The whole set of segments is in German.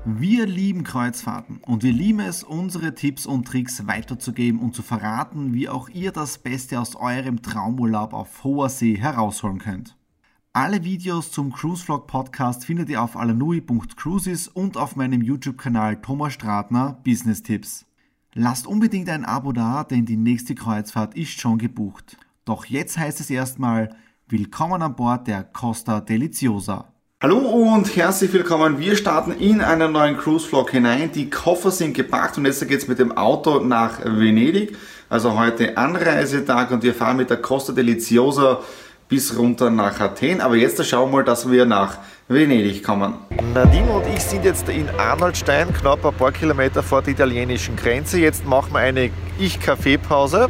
Wir lieben Kreuzfahrten und wir lieben es, unsere Tipps und Tricks weiterzugeben und zu verraten, wie auch ihr das Beste aus eurem Traumurlaub auf hoher See herausholen könnt. Alle Videos zum Cruise Vlog Podcast findet ihr auf alanui.cruises und auf meinem YouTube-Kanal Thomas Stratner Business Tipps. Lasst unbedingt ein Abo da, denn die nächste Kreuzfahrt ist schon gebucht. Doch jetzt heißt es erstmal, willkommen an Bord der Costa Deliziosa. Hallo und herzlich willkommen. Wir starten in einen neuen Cruise Vlog hinein. Die Koffer sind gepackt und jetzt geht es mit dem Auto nach Venedig. Also heute Anreisetag und wir fahren mit der Costa Deliziosa bis runter nach Athen. Aber jetzt schauen wir mal, dass wir nach Venedig kommen. Nadine und ich sind jetzt in Arnoldstein, knapp ein paar Kilometer vor der italienischen Grenze. Jetzt machen wir eine Kaffeepause.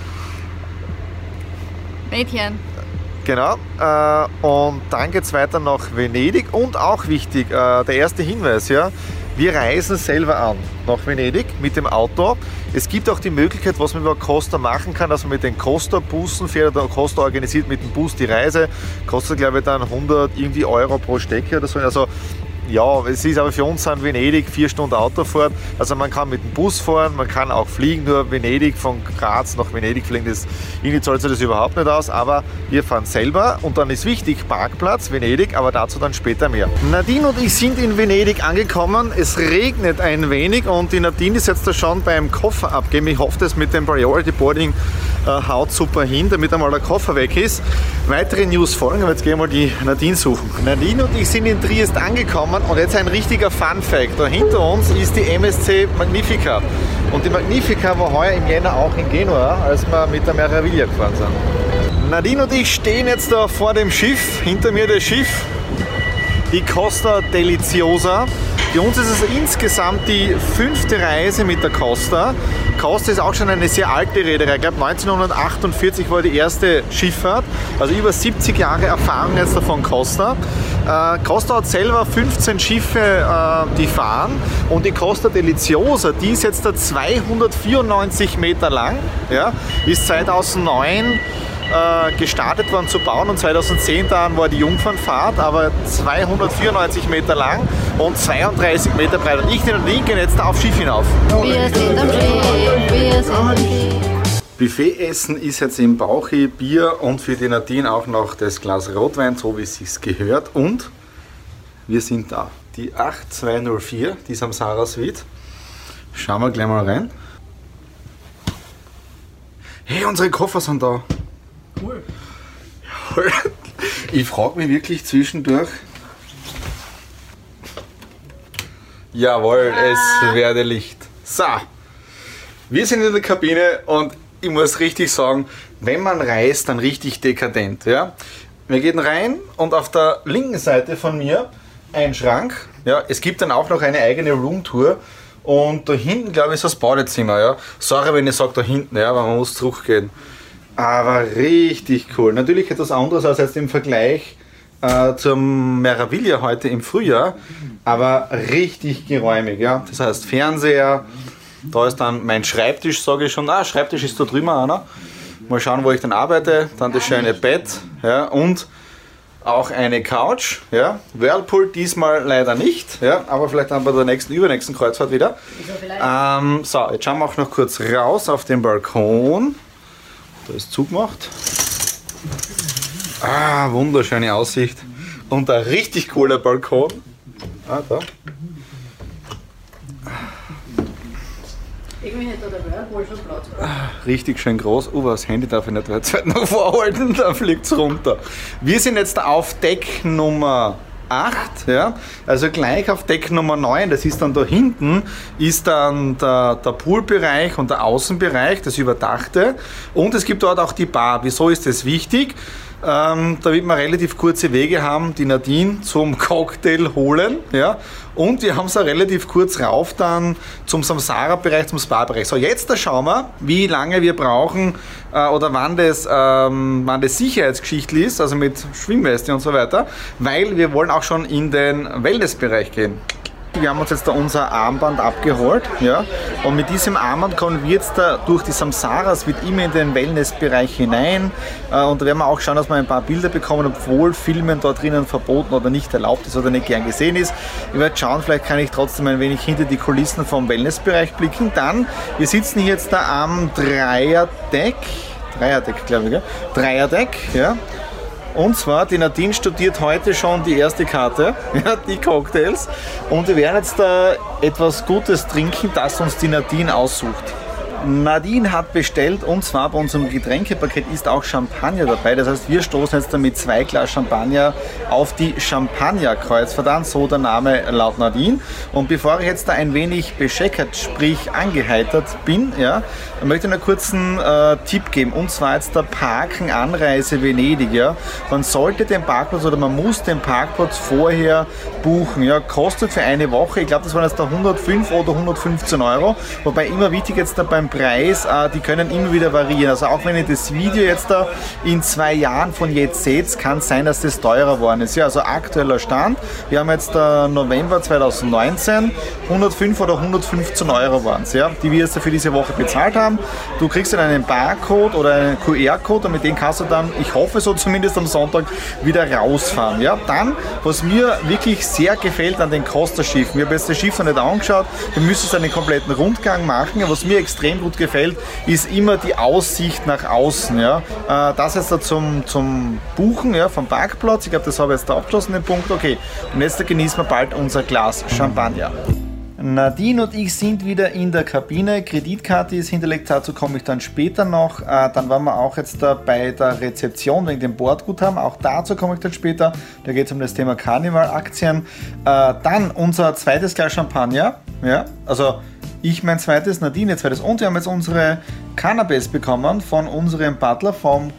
Mädchen. Genau, und dann geht es weiter nach Venedig und auch wichtig, der erste Hinweis, ja, wir reisen selber an nach Venedig mit dem Auto. Es gibt auch die Möglichkeit, was man über Costa machen kann, dass man mit den Costa-Bussen fährt oder Costa organisiert mit dem Bus die Reise. Kostet glaube ich dann 100 irgendwie Euro pro Strecke oder so. Also ja, es ist aber für uns an Venedig 4 Stunden Autofahrt. Also man kann mit dem Bus fahren, man kann auch fliegen, nur Venedig von Graz nach Venedig fliegen, irgendwie zahlt sich das überhaupt nicht aus, aber wir fahren selber und dann ist wichtig, Parkplatz, Venedig, aber dazu dann später mehr. Nadine und ich sind in Venedig angekommen, es regnet ein wenig und die Nadine ist jetzt da schon beim Koffer abgeben. Ich hoffe, das mit dem Priority Boarding haut super hin, damit einmal der Koffer weg ist. Weitere News folgen, aber jetzt gehen wir mal die Nadine suchen. Nadine und ich sind in Triest angekommen. Und jetzt ein richtiger Fun-Fact. Da hinter uns ist die MSC Magnifica. Und die Magnifica war heuer im Jänner auch in Genua, als wir mit der Meraviglia gefahren sind. Nadine und ich stehen jetzt da vor dem Schiff. Hinter mir das Schiff, die Costa Deliziosa. Für uns ist es insgesamt die 5. Reise mit der Costa. Costa ist auch schon eine sehr alte Reederei. Ich glaube 1948 war die erste Schifffahrt. Also über 70 Jahre Erfahrung jetzt davon Costa. Costa hat selber 15 Schiffe, die fahren. Und die Costa Deliziosa, die ist jetzt 294 Meter lang. Ja, ist 2009 gestartet worden zu bauen und 2010 dann war die Jungfernfahrt, aber 294 Meter lang und 32 Meter breit. Und ich den Nadine gehen jetzt auf Schiff hinauf. Wir sind am Schiff, wir sind am Schiff. Buffetessen ist jetzt im Bauchi, Bier und für die Nadine auch noch das Glas Rotwein, so wie es sich gehört. Und wir sind da. Die 8204, die Samsara Suite. Schauen wir gleich mal rein. Hey, unsere Koffer sind da. Cool. Ich frage mich wirklich zwischendurch. Jawohl, es werde Licht. So, wir sind in der Kabine und ich muss richtig sagen, wenn man reist, dann richtig dekadent. Ja? Wir gehen rein und auf der linken Seite von mir ein Schrank. Ja? Es gibt dann auch noch eine eigene Roomtour. Und da hinten, glaube ich, ist das Badezimmer. Ja? Sorry, wenn ich sage da hinten, ja, aber man muss zurückgehen. Aber richtig cool. Natürlich etwas anderes als jetzt im Vergleich zum Meraviglia heute im Frühjahr, aber richtig geräumig. Ja? Das heißt Fernseher, da ist dann mein Schreibtisch, sage ich schon. Schreibtisch ist da drüben einer. Mal schauen, wo ich dann arbeite. Dann das schöne Bett, ja? Und auch eine Couch. Ja? Whirlpool diesmal leider nicht, ja? Aber vielleicht dann bei der übernächsten Kreuzfahrt wieder. So, jetzt schauen wir auch noch kurz raus auf den Balkon. Da ist zugemacht. Wunderschöne Aussicht. Und ein richtig cooler Balkon. Da. Irgendwie hätte der Whirlpool schon Platz gehabt. Richtig schön groß. Das Handy darf ich nicht weit noch vorhalten, da fliegt es runter. Wir sind jetzt auf Deck Nummer 8, ja? Also gleich auf Deck Nummer 9, das ist dann da hinten, ist dann der Poolbereich und der Außenbereich, das Überdachte. Und es gibt dort auch die Bar. Wieso ist das wichtig? Damit wir relativ kurze Wege haben, die Nadine zum Cocktail holen. Ja? Und wir haben es auch relativ kurz rauf dann zum Samsara-Bereich, zum Spa-Bereich. So, jetzt da schauen wir, wie lange wir brauchen oder wann das sicherheitsgeschichtlich ist, also mit Schwimmweste und so weiter, weil wir wollen auch schon in den Wellnessbereich gehen. Wir haben uns jetzt da unser Armband abgeholt, ja, und mit diesem Armband kommen wir jetzt da durch die Samsaras mit ihm in den Wellnessbereich hinein, und da werden wir auch schauen, dass wir ein paar Bilder bekommen, obwohl Filmen dort drinnen verboten oder nicht erlaubt ist oder nicht gern gesehen ist. Ich werde schauen, vielleicht kann ich trotzdem ein wenig hinter die Kulissen vom Wellnessbereich blicken. Dann, wir sitzen hier jetzt da am Dreierdeck, glaube ich, gell? Dreierdeck, ja. Und zwar, die Nadine studiert heute schon die erste Karte, ja, die Cocktails. Und wir werden jetzt da etwas Gutes trinken, das uns die Nadine aussucht. Nadine hat bestellt, und zwar bei unserem Getränkepaket ist auch Champagner dabei. Das heißt, wir stoßen jetzt mit 2 Glas Champagner auf die Champagner-Kreuzfahrt an, so der Name laut Nadine. Und bevor ich jetzt da ein wenig bescheckert, sprich angeheitert bin, ja, möchte ich einen kurzen Tipp geben. Und zwar jetzt der Parken Anreise Venedig. Ja. Man sollte den Parkplatz oder man muss den Parkplatz vorher buchen. Ja. Kostet für eine Woche, ich glaube, das waren jetzt da 105 oder 115 Euro. Wobei immer wichtig jetzt da beim Preis, die können immer wieder variieren. Also auch wenn ihr das Video jetzt da in 2 Jahren von jetzt seht, kann es sein, dass das teurer geworden ist. Ja, also aktueller Stand, wir haben jetzt November 2019, 105 oder 115 Euro waren es, ja, die wir jetzt für diese Woche bezahlt haben. Du kriegst dann einen Barcode oder einen QR-Code und mit dem kannst du dann, ich hoffe so zumindest am Sonntag, wieder rausfahren. Ja. Dann, was mir wirklich sehr gefällt an den Costa-Schiffen, ich habe jetzt das Schiff noch nicht angeschaut, wir müssen jetzt einen kompletten Rundgang machen, was mir extrem gut gefällt, ist immer die Aussicht nach außen. Ja. Das jetzt da zum Buchen, ja, vom Parkplatz. Ich glaube, das habe ich jetzt da abgeschlossen, den Punkt. Okay, und jetzt genießen wir bald unser Glas Champagner. Nadine und ich sind wieder in der Kabine. Kreditkarte ist hinterlegt, dazu komme ich dann später noch. Dann waren wir auch jetzt da bei der Rezeption wegen dem Bordguthaben. Auch dazu komme ich dann später. Da geht es um das Thema Carnival-Aktien. Dann unser zweites Glas Champagner. Ja, also ich mein zweites, Nadine zweites. Und wir haben jetzt unsere Cannabis bekommen von unserem Butler, vom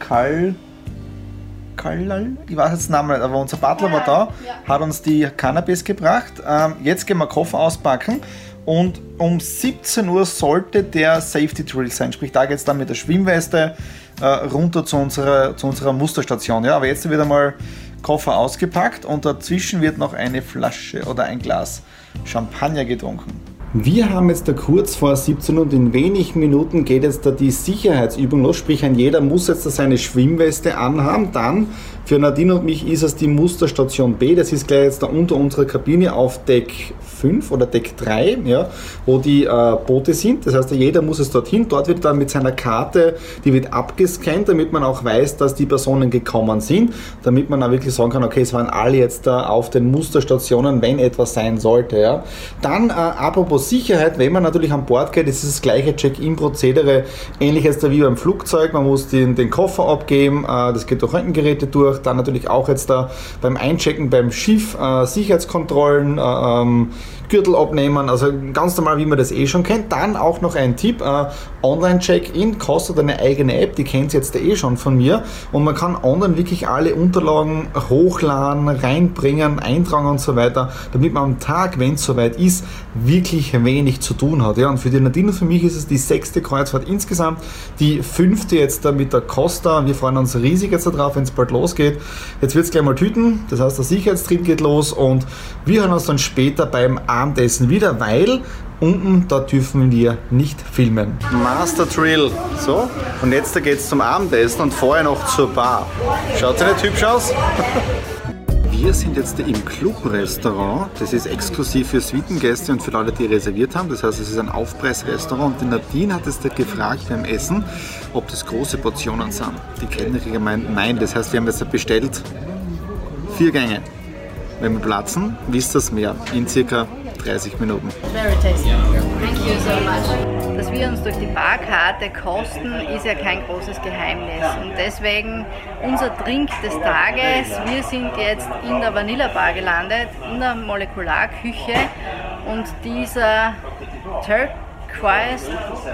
ich weiß jetzt den Namen nicht, aber unser Butler war da, hat uns die Cannabis gebracht. Jetzt gehen wir Koffer auspacken und um 17 Uhr sollte der Safety Drill sein. Sprich, da geht es dann mit der Schwimmweste runter zu unserer Musterstation. Ja, aber jetzt wird einmal Koffer ausgepackt und dazwischen wird noch eine Flasche oder ein Glas Champagner getrunken. Wir haben jetzt da kurz vor 17 und in wenigen Minuten geht jetzt da die Sicherheitsübung los, sprich jeder muss jetzt da seine Schwimmweste anhaben. Dann für Nadine und mich ist es die Musterstation B, das ist gleich jetzt da unter unserer Kabine auf Deck 5 oder Deck 3, ja, wo die Boote sind. Das heißt, jeder muss es dorthin. Dort wird dann mit seiner Karte, die wird abgescannt, damit man auch weiß, dass die Personen gekommen sind, damit man auch wirklich sagen kann, okay, es waren alle jetzt da auf den Musterstationen, wenn etwas sein sollte. Ja. Dann, apropos Sicherheit, wenn man natürlich an Bord geht, ist es das gleiche Check-in-Prozedere, ähnlich jetzt da wie beim Flugzeug. Man muss den Koffer abgeben, das geht durch Röntgengeräte durch, dann natürlich auch jetzt da beim Einchecken beim Schiff, Sicherheitskontrollen, Gürtel abnehmen, also ganz normal, wie man das eh schon kennt. Dann auch noch ein Tipp, Online-Check-In kostet eine eigene App, die kennt ihr jetzt eh schon von mir und man kann online wirklich alle Unterlagen hochladen, reinbringen, eintragen und so weiter, damit man am Tag, wenn es soweit ist, wirklich wenig zu tun hat. Ja, und für die Nadine und für mich ist es die 6. Kreuzfahrt insgesamt, die 5. jetzt da mit der Costa. Wir freuen uns riesig jetzt darauf, wenn es bald losgeht. Jetzt wird es gleich mal tüten, das heißt der Sicherheitstritt geht los und wir hören uns dann später beim Abendessen wieder, weil unten, da dürfen wir nicht filmen. Master Drill. So, und jetzt geht es zum Abendessen und vorher noch zur Bar. Schaut sie nicht hübsch aus? Wir sind jetzt im Club-Restaurant. Das ist exklusiv für Suitengäste und für Leute, die reserviert haben. Das heißt, es ist ein Aufpreisrestaurant. Und die Nadine hat es da gefragt beim Essen, ob das große Portionen sind. Die Kellnerin gemeint, nein. Das heißt, wir haben jetzt bestellt 4 Gänge. Wenn wir platzen, wisst ihr es mehr. In circa 30 Minuten. Very tasty. Thank you so much. Dass wir uns durch die Barkarte kosten, ist ja kein großes Geheimnis. Und deswegen unser Drink des Tages. Wir sind jetzt in der Vanilla Bar gelandet, in der Molekularküche. Und dieser Turquoise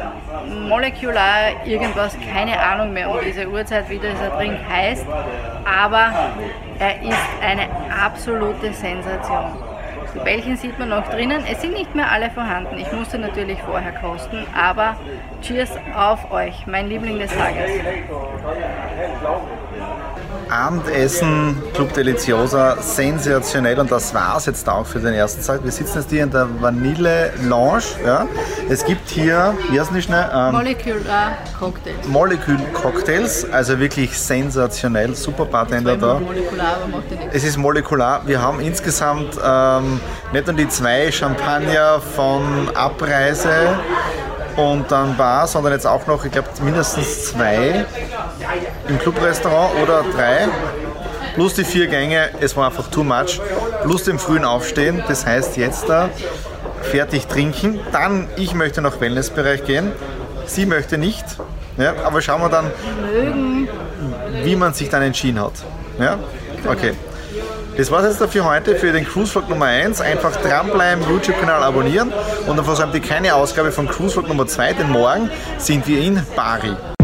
Molecular irgendwas, keine Ahnung mehr um diese Uhrzeit, wie dieser Drink heißt. Aber er ist eine absolute Sensation. Die Bällchen sieht man noch drinnen. Es sind nicht mehr alle vorhanden. Ich musste natürlich vorher kosten, aber cheers auf euch. Mein Liebling des Tages. Abendessen, Club Deliciosa, sensationell und das war es jetzt auch für den ersten Tag. Wir sitzen jetzt hier in der Vanille Lounge. Ja. Es gibt hier, wie heißt nicht schnell? Molecular Cocktails. Molecule Cocktails, also wirklich sensationell, super Bartender da. Molekular, aber macht ja nichts. Es ist molekular. Wir haben insgesamt nicht nur die 2 Champagner von Abreise und dann Bar, sondern jetzt auch noch, ich glaube, mindestens 2 im Clubrestaurant oder 3. Plus die 4 Gänge, es war einfach too much. Plus dem frühen Aufstehen, das heißt jetzt da fertig trinken. Dann, ich möchte noch Wellnessbereich gehen, sie möchte nicht. Ja, aber schauen wir dann, wie man sich dann entschieden hat. Ja? Okay. Das war es jetzt dafür heute, für den Cruise Vlog Nummer 1. Einfach dranbleiben, YouTube-Kanal abonnieren und dann versäumt ihr keine Ausgabe von Cruise Vlog Nummer 2, denn morgen sind wir in Bari.